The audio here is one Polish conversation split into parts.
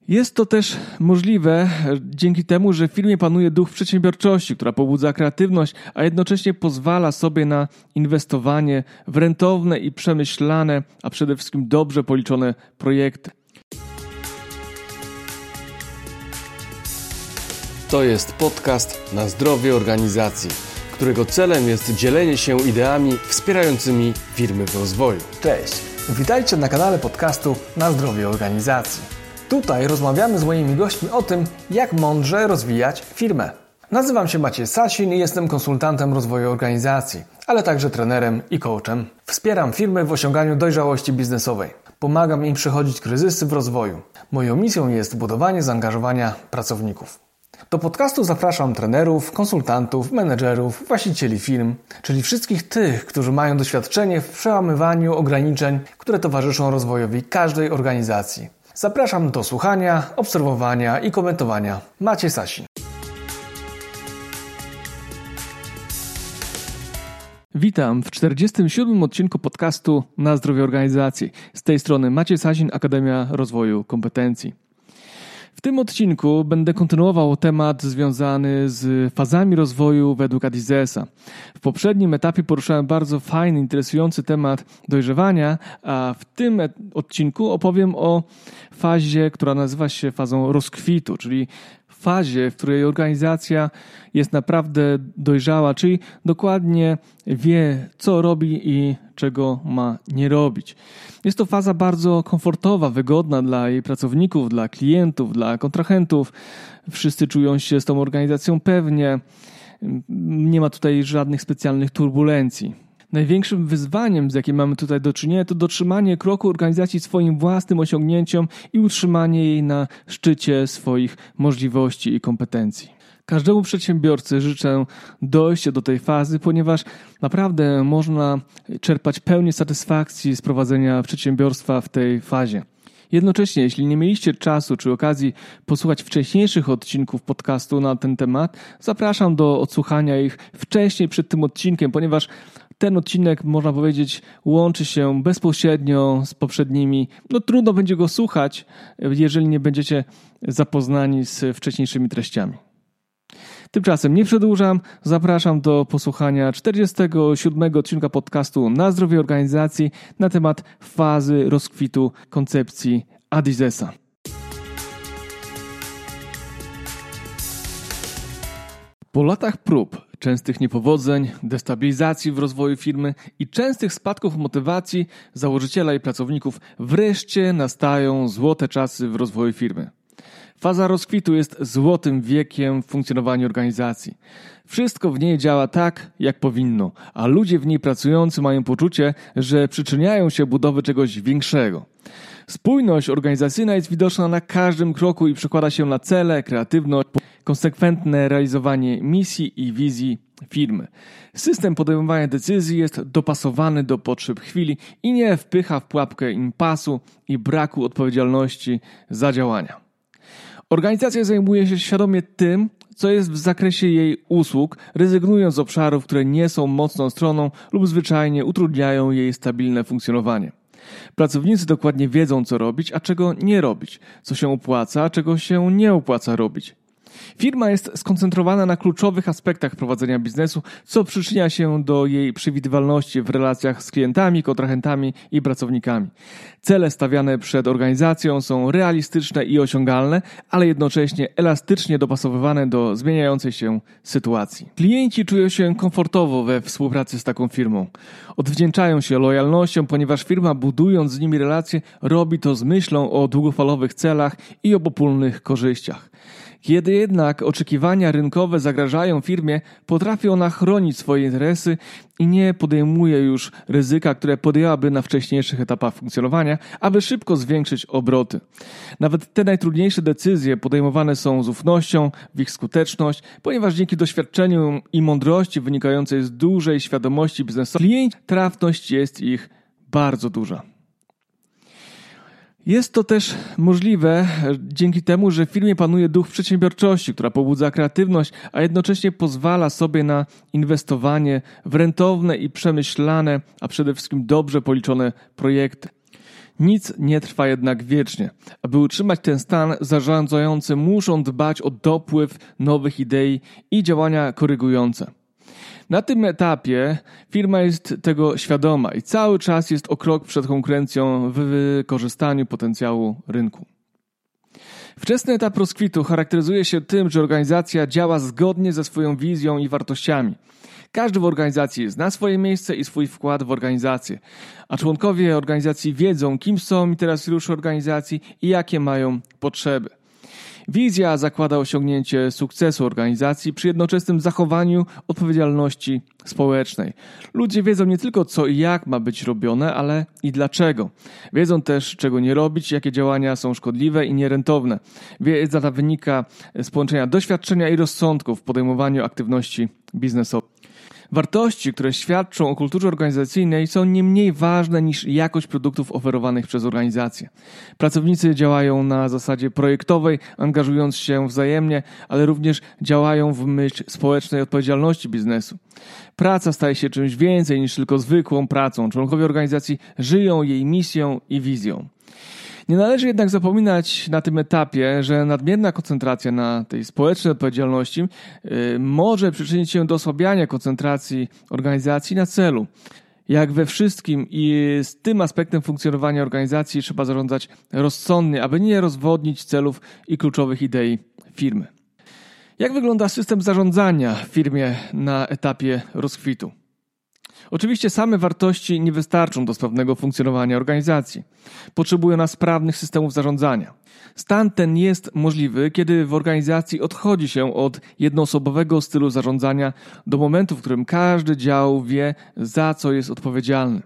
Jest to też możliwe dzięki temu, że w firmie panuje duch przedsiębiorczości, która pobudza kreatywność, a jednocześnie pozwala sobie na inwestowanie w rentowne i przemyślane, a przede wszystkim dobrze policzone projekty. To jest podcast na zdrowie organizacji, którego celem jest dzielenie się ideami wspierającymi firmy w rozwoju. Cześć, witajcie na kanale podcastu Na zdrowie organizacji. Tutaj rozmawiamy z moimi gośćmi o tym, jak mądrze rozwijać firmę. Nazywam się Maciej Sasin i jestem konsultantem rozwoju organizacji, ale także trenerem i coachem. Wspieram firmy w osiąganiu dojrzałości biznesowej. Pomagam im przechodzić kryzysy w rozwoju. Moją misją jest budowanie zaangażowania pracowników. Do podcastu zapraszam trenerów, konsultantów, menedżerów, właścicieli firm, czyli wszystkich tych, którzy mają doświadczenie w przełamywaniu ograniczeń, które towarzyszą rozwojowi każdej organizacji. Zapraszam do słuchania, obserwowania i komentowania. Maciej Sasin. Witam w 47. odcinku podcastu Na zdrowie organizacji. Z tej strony Maciej Sasin, Akademia Rozwoju Kompetencji. W tym odcinku będę kontynuował temat związany z fazami rozwoju według Adizesa. W poprzednim etapie poruszałem bardzo fajny, interesujący temat dojrzewania, a w tym odcinku opowiem o fazie, która nazywa się fazą rozkwitu, czyli fazie, w której organizacja jest naprawdę dojrzała, czyli dokładnie wie, co robi i czego ma nie robić. Jest to faza bardzo komfortowa, wygodna dla jej pracowników, dla klientów, dla kontrahentów. Wszyscy czują się z tą organizacją pewnie. Nie ma tutaj żadnych specjalnych turbulencji. Największym wyzwaniem, z jakim mamy tutaj do czynienia, to dotrzymanie kroku organizacji swoim własnym osiągnięciom i utrzymanie jej na szczycie swoich możliwości i kompetencji. Każdemu przedsiębiorcy życzę dojścia do tej fazy, ponieważ naprawdę można czerpać pełnię satysfakcji z prowadzenia przedsiębiorstwa w tej fazie. Jednocześnie, jeśli nie mieliście czasu czy okazji posłuchać wcześniejszych odcinków podcastu na ten temat, zapraszam do odsłuchania ich wcześniej przed tym odcinkiem, ponieważ ten odcinek, można powiedzieć, łączy się bezpośrednio z poprzednimi. Trudno będzie go słuchać, jeżeli nie będziecie zapoznani z wcześniejszymi treściami. Tymczasem nie przedłużam, zapraszam do posłuchania 47 odcinka podcastu Na zdrowie organizacji na temat fazy rozkwitu koncepcji Adizesa. Po latach prób, częstych niepowodzeń, destabilizacji w rozwoju firmy i częstych spadków motywacji założyciela i pracowników wreszcie nastają złote czasy w rozwoju firmy. Faza rozkwitu jest złotym wiekiem w funkcjonowaniu organizacji. Wszystko w niej działa tak, jak powinno, a ludzie w niej pracujący mają poczucie, że przyczyniają się do budowy czegoś większego. Spójność organizacyjna jest widoczna na każdym kroku i przekłada się na cele, kreatywność, konsekwentne realizowanie misji i wizji firmy. System podejmowania decyzji jest dopasowany do potrzeb chwili i nie wpycha w pułapkę impasu i braku odpowiedzialności za działania. Organizacja zajmuje się świadomie tym, co jest w zakresie jej usług, rezygnując z obszarów, które nie są mocną stroną lub zwyczajnie utrudniają jej stabilne funkcjonowanie. Pracownicy dokładnie wiedzą, co robić, a czego nie robić, co się opłaca, a czego się nie opłaca robić. Firma jest skoncentrowana na kluczowych aspektach prowadzenia biznesu, co przyczynia się do jej przewidywalności w relacjach z klientami, kontrahentami i pracownikami. Cele stawiane przed organizacją są realistyczne i osiągalne, ale jednocześnie elastycznie dopasowywane do zmieniającej się sytuacji. Klienci czują się komfortowo we współpracy z taką firmą. Odwdzięczają się lojalnością, ponieważ firma, budując z nimi relacje, robi to z myślą o długofalowych celach i obopólnych korzyściach. Kiedy jednak oczekiwania rynkowe zagrażają firmie, potrafi ona chronić swoje interesy i nie podejmuje już ryzyka, które podjęłaby na wcześniejszych etapach funkcjonowania, aby szybko zwiększyć obroty. Nawet te najtrudniejsze decyzje podejmowane są z ufnością w ich skuteczność, ponieważ dzięki doświadczeniu i mądrości wynikającej z dużej świadomości biznesowej, trafność jest ich bardzo duża. Jest to też możliwe dzięki temu, że w firmie panuje duch przedsiębiorczości, która pobudza kreatywność, a jednocześnie pozwala sobie na inwestowanie w rentowne i przemyślane, a przede wszystkim dobrze policzone projekty. Nic nie trwa jednak wiecznie. Aby utrzymać ten stan, zarządzający muszą dbać o dopływ nowych idei i działania korygujące. Na tym etapie firma jest tego świadoma i cały czas jest o krok przed konkurencją w wykorzystaniu potencjału rynku. Wczesny etap rozkwitu charakteryzuje się tym, że organizacja działa zgodnie ze swoją wizją i wartościami. Każdy w organizacji zna swoje miejsce i swój wkład w organizację, a członkowie organizacji wiedzą, kim są interesariusze organizacji i jakie mają potrzeby. Wizja zakłada osiągnięcie sukcesu organizacji przy jednoczesnym zachowaniu odpowiedzialności społecznej. Ludzie wiedzą nie tylko co i jak ma być robione, ale i dlaczego. Wiedzą też, czego nie robić, jakie działania są szkodliwe i nierentowne. Wiedza ta wynika z połączenia doświadczenia i rozsądku w podejmowaniu aktywności biznesowych. Wartości, które świadczą o kulturze organizacyjnej, są nie mniej ważne niż jakość produktów oferowanych przez organizację. Pracownicy działają na zasadzie projektowej, angażując się wzajemnie, ale również działają w myśl społecznej odpowiedzialności biznesu. Praca staje się czymś więcej niż tylko zwykłą pracą. Członkowie organizacji żyją jej misją i wizją. Nie należy jednak zapominać na tym etapie, że nadmierna koncentracja na tej społecznej odpowiedzialności może przyczynić się do osłabiania koncentracji organizacji na celu. Jak we wszystkim i z tym aspektem funkcjonowania organizacji trzeba zarządzać rozsądnie, aby nie rozwodnić celów i kluczowych idei firmy. Jak wygląda system zarządzania w firmie na etapie rozkwitu? Oczywiście same wartości nie wystarczą do sprawnego funkcjonowania organizacji. Potrzebuje ona sprawnych systemów zarządzania. Stan ten jest możliwy, kiedy w organizacji odchodzi się od jednoosobowego stylu zarządzania do momentu, w którym każdy dział wie, za co jest odpowiedzialny.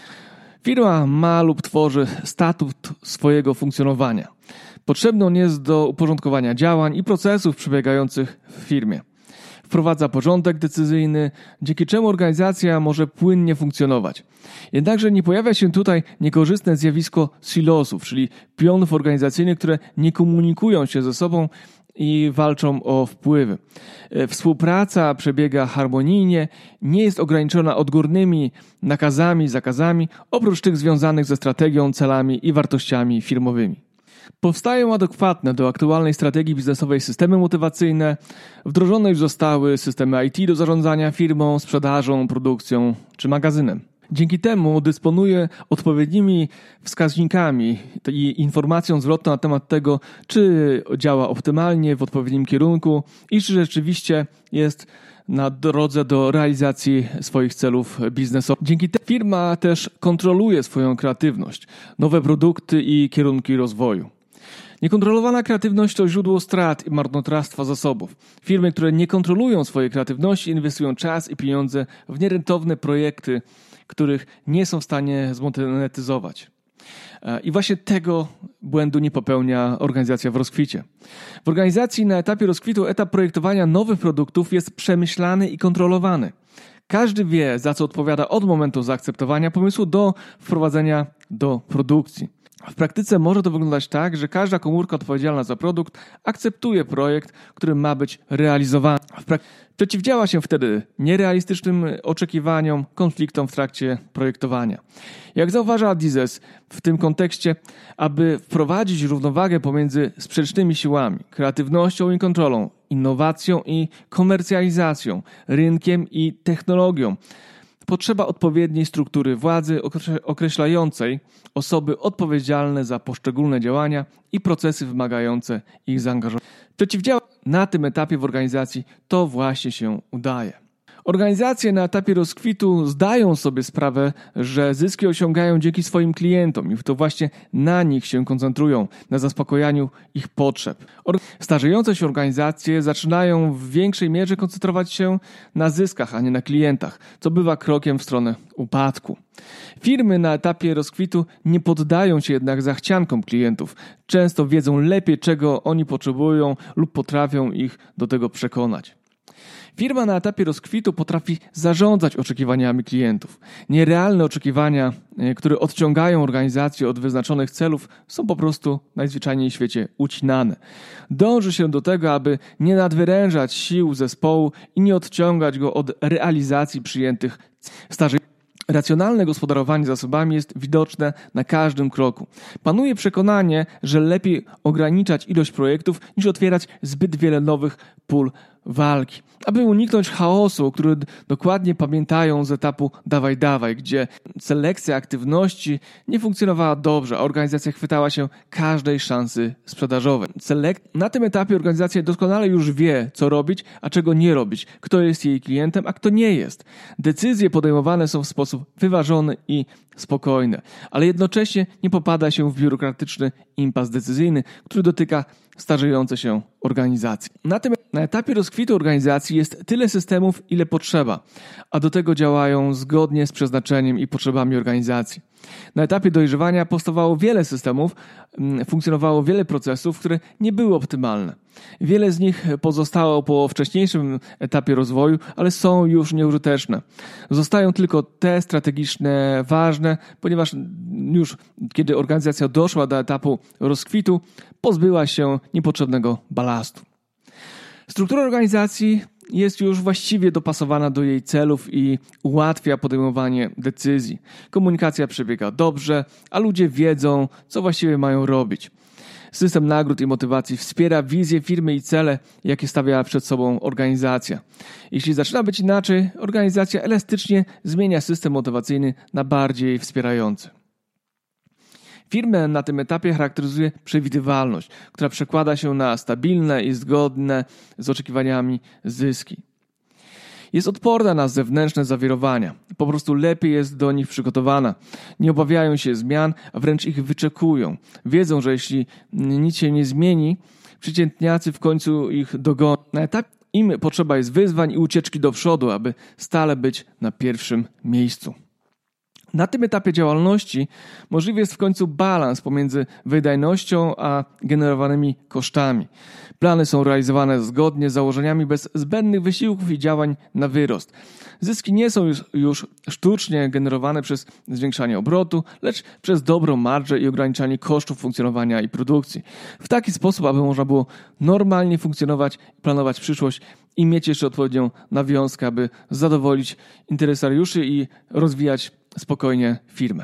Firma ma lub tworzy statut swojego funkcjonowania. Potrzebny on jest do uporządkowania działań i procesów przebiegających w firmie. Wprowadza porządek decyzyjny, dzięki czemu organizacja może płynnie funkcjonować. Jednakże nie pojawia się tutaj niekorzystne zjawisko silosów, czyli pionów organizacyjnych, które nie komunikują się ze sobą i walczą o wpływy. Współpraca przebiega harmonijnie, nie jest ograniczona odgórnymi nakazami, zakazami, oprócz tych związanych ze strategią, celami i wartościami firmowymi. Powstają adekwatne do aktualnej strategii biznesowej systemy motywacyjne, wdrożone już zostały systemy IT do zarządzania firmą, sprzedażą, produkcją czy magazynem. Dzięki temu dysponuje odpowiednimi wskaźnikami i informacją zwrotną na temat tego, czy działa optymalnie, w odpowiednim kierunku i czy rzeczywiście jest na drodze do realizacji swoich celów biznesowych. Dzięki temu firma też kontroluje swoją kreatywność, nowe produkty i kierunki rozwoju. Niekontrolowana kreatywność to źródło strat i marnotrawstwa zasobów. Firmy, które nie kontrolują swojej kreatywności, inwestują czas i pieniądze w nierentowne projekty, których nie są w stanie zmonetyzować. I właśnie tego błędu nie popełnia organizacja w rozkwicie. W organizacji na etapie rozkwitu etap projektowania nowych produktów jest przemyślany i kontrolowany. Każdy wie, za co odpowiada od momentu zaakceptowania pomysłu do wprowadzenia do produkcji. W praktyce może to wyglądać tak, że każda komórka odpowiedzialna za produkt akceptuje projekt, który ma być realizowany. Przeciwdziała się wtedy nierealistycznym oczekiwaniom, konfliktom w trakcie projektowania. Jak zauważa Dizes w tym kontekście, aby wprowadzić równowagę pomiędzy sprzecznymi siłami, kreatywnością i kontrolą, innowacją i komercjalizacją, rynkiem i technologią, potrzeba odpowiedniej struktury władzy określającej osoby odpowiedzialne za poszczególne działania i procesy wymagające ich zaangażowania. Przeciwdziałać na tym etapie w organizacji to właśnie się udaje. Organizacje na etapie rozkwitu zdają sobie sprawę, że zyski osiągają dzięki swoim klientom i to właśnie na nich się koncentrują, na zaspokojaniu ich potrzeb. Starzejące się organizacje zaczynają w większej mierze koncentrować się na zyskach, a nie na klientach, co bywa krokiem w stronę upadku. Firmy na etapie rozkwitu nie poddają się jednak zachciankom klientów. Często wiedzą lepiej, czego oni potrzebują lub potrafią ich do tego przekonać. Firma na etapie rozkwitu potrafi zarządzać oczekiwaniami klientów. Nierealne oczekiwania, które odciągają organizację od wyznaczonych celów, są po prostu najzwyczajniej w świecie ucinane. Dąży się do tego, aby nie nadwyrężać sił zespołu i nie odciągać go od realizacji przyjętych celów. Racjonalne gospodarowanie zasobami jest widoczne na każdym kroku. Panuje przekonanie, że lepiej ograniczać ilość projektów niż otwierać zbyt wiele nowych pól walki. Aby uniknąć chaosu, który dokładnie pamiętają z etapu dawaj, gdzie selekcja aktywności nie funkcjonowała dobrze, a organizacja chwytała się każdej szansy sprzedażowej. Na tym etapie organizacja doskonale już wie, co robić, a czego nie robić, kto jest jej klientem, a kto nie jest. Decyzje podejmowane są w sposób wyważony i spokojny, ale jednocześnie nie popada się w biurokratyczny impas decyzyjny, który dotyka starzejące się organizacji. Na etapie rozkwitu organizacji jest tyle systemów, ile potrzeba, a do tego działają zgodnie z przeznaczeniem i potrzebami organizacji. Na etapie dojrzewania powstawało wiele systemów, funkcjonowało wiele procesów, które nie były optymalne. Wiele z nich pozostało po wcześniejszym etapie rozwoju, ale są już nieużyteczne. Zostają tylko te strategiczne, ważne, ponieważ już kiedy organizacja doszła do etapu rozkwitu, pozbyła się niepotrzebnego balastu. Struktura organizacji jest już właściwie dopasowana do jej celów i ułatwia podejmowanie decyzji. Komunikacja przebiega dobrze, a ludzie wiedzą, co właściwie mają robić. System nagród i motywacji wspiera wizję firmy i cele, jakie stawia przed sobą organizacja. Jeśli zaczyna być inaczej, organizacja elastycznie zmienia system motywacyjny na bardziej wspierający. Firmę na tym etapie charakteryzuje przewidywalność, która przekłada się na stabilne i zgodne z oczekiwaniami zyski. Jest odporna na zewnętrzne zawirowania. Po prostu lepiej jest do nich przygotowana. Nie obawiają się zmian, a wręcz ich wyczekują. Wiedzą, że jeśli nic się nie zmieni, przeciętniacy w końcu ich dogonią. Na etapie im potrzeba jest wyzwań i ucieczki do przodu, aby stale być na pierwszym miejscu. Na tym etapie działalności możliwy jest w końcu balans pomiędzy wydajnością a generowanymi kosztami. Plany są realizowane zgodnie z założeniami bez zbędnych wysiłków i działań na wyrost. Zyski nie są już sztucznie generowane przez zwiększanie obrotu, lecz przez dobrą marżę i ograniczanie kosztów funkcjonowania i produkcji. W taki sposób, aby można było normalnie funkcjonować, planować przyszłość i mieć jeszcze odpowiednią nawiązkę, aby zadowolić interesariuszy i rozwijać spokojnie firmę.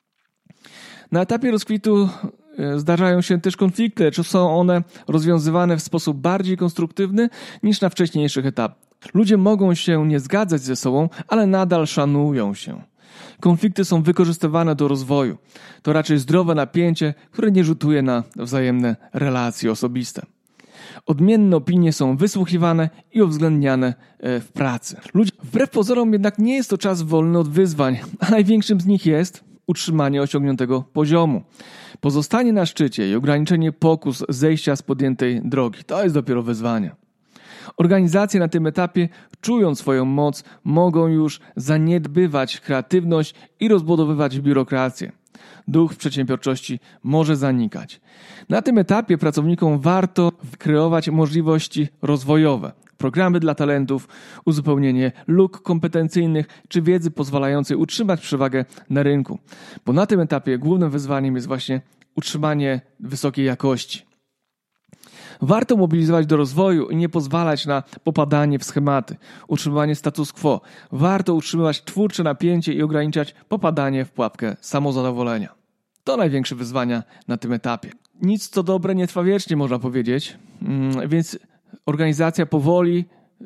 Na etapie rozkwitu zdarzają się też konflikty, lecz są one rozwiązywane w sposób bardziej konstruktywny niż na wcześniejszych etapach. Ludzie mogą się nie zgadzać ze sobą, ale nadal szanują się. Konflikty są wykorzystywane do rozwoju. To raczej zdrowe napięcie, które nie rzutuje na wzajemne relacje osobiste. Odmienne opinie są wysłuchiwane i uwzględniane w pracy. Wbrew pozorom jednak nie jest to czas wolny od wyzwań, a największym z nich jest utrzymanie osiągniętego poziomu. Pozostanie na szczycie i ograniczenie pokus zejścia z podjętej drogi. To jest dopiero wyzwanie. Organizacje na tym etapie, czując swoją moc, mogą już zaniedbywać kreatywność i rozbudowywać biurokrację. Duch przedsiębiorczości może zanikać. Na tym etapie pracownikom warto kreować możliwości rozwojowe, programy dla talentów, uzupełnienie luk kompetencyjnych czy wiedzy pozwalającej utrzymać przewagę na rynku. Bo na tym etapie głównym wyzwaniem jest właśnie utrzymanie wysokiej jakości. Warto mobilizować do rozwoju i nie pozwalać na popadanie w schematy, utrzymywanie status quo. Warto utrzymywać twórcze napięcie i ograniczać popadanie w pułapkę samozadowolenia. To największe wyzwania na tym etapie. Nic co dobre nie trwa wiecznie, można powiedzieć, więc organizacja powoli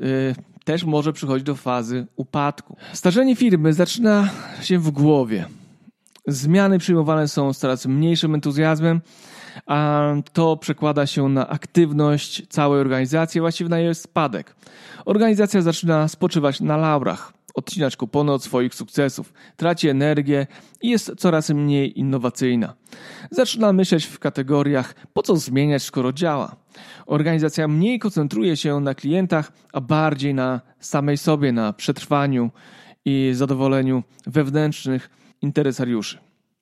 też może przychodzić do fazy upadku. Starzenie firmy zaczyna się w głowie. Zmiany przyjmowane są z coraz mniejszym entuzjazmem, a to przekłada się na aktywność całej organizacji, właściwie na jej spadek. Organizacja zaczyna spoczywać na laurach, odcinać kupony od swoich sukcesów, traci energię i jest coraz mniej innowacyjna. Zaczyna myśleć w kategoriach, po co zmieniać, skoro działa. Organizacja mniej koncentruje się na klientach, a bardziej na samej sobie, na przetrwaniu i zadowoleniu wewnętrznych interesariuszy.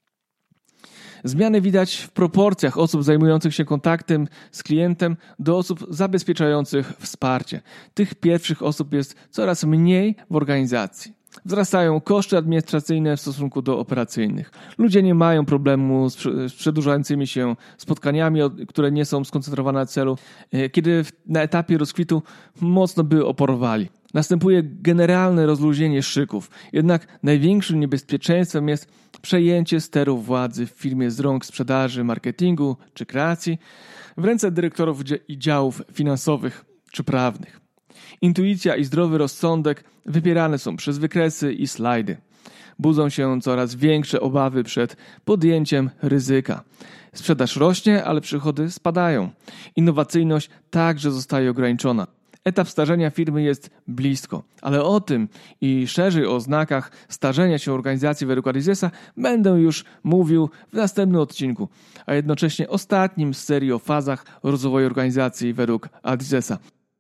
Zmiany widać w proporcjach osób zajmujących się kontaktem z klientem do osób zabezpieczających wsparcie. Tych pierwszych osób jest coraz mniej w organizacji. Wzrastają koszty administracyjne w stosunku do operacyjnych. Ludzie nie mają problemu z przedłużającymi się spotkaniami, które nie są skoncentrowane na celu, kiedy na etapie rozkwitu mocno by oporowali. Następuje generalne rozluźnienie szyków. Jednak największym niebezpieczeństwem jest przejęcie steru władzy w firmie z rąk sprzedaży, marketingu czy kreacji w ręce dyrektorów i działów finansowych czy prawnych. Intuicja i zdrowy rozsądek wypierane są przez wykresy i slajdy. Budzą się coraz większe obawy przed podjęciem ryzyka. Sprzedaż rośnie, ale przychody spadają. Innowacyjność także zostaje ograniczona. Etap starzenia firmy jest blisko, ale o tym i szerzej o znakach starzenia się organizacji według Adizesa będę już mówił w następnym odcinku, a jednocześnie ostatnim z serii o fazach rozwoju organizacji według Adizesa.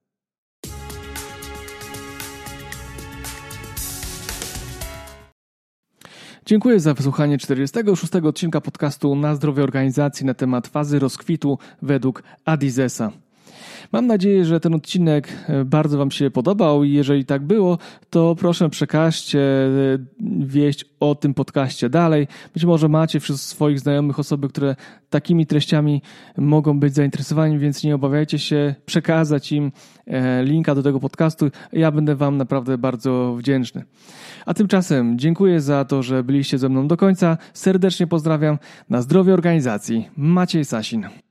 Dziękuję za wysłuchanie 46. odcinka podcastu Na zdrowie organizacji na temat fazy rozkwitu według Adizesa. Mam nadzieję, że ten odcinek bardzo Wam się podobał i jeżeli tak było, to proszę przekażcie wieść o tym podcaście dalej. Być może macie wśród swoich znajomych osoby, które takimi treściami mogą być zainteresowani, więc nie obawiajcie się przekazać im linka do tego podcastu. Ja będę Wam naprawdę bardzo wdzięczny. A tymczasem dziękuję za to, że byliście ze mną do końca. Serdecznie pozdrawiam. Na zdrowie organizacji. Maciej Sasin.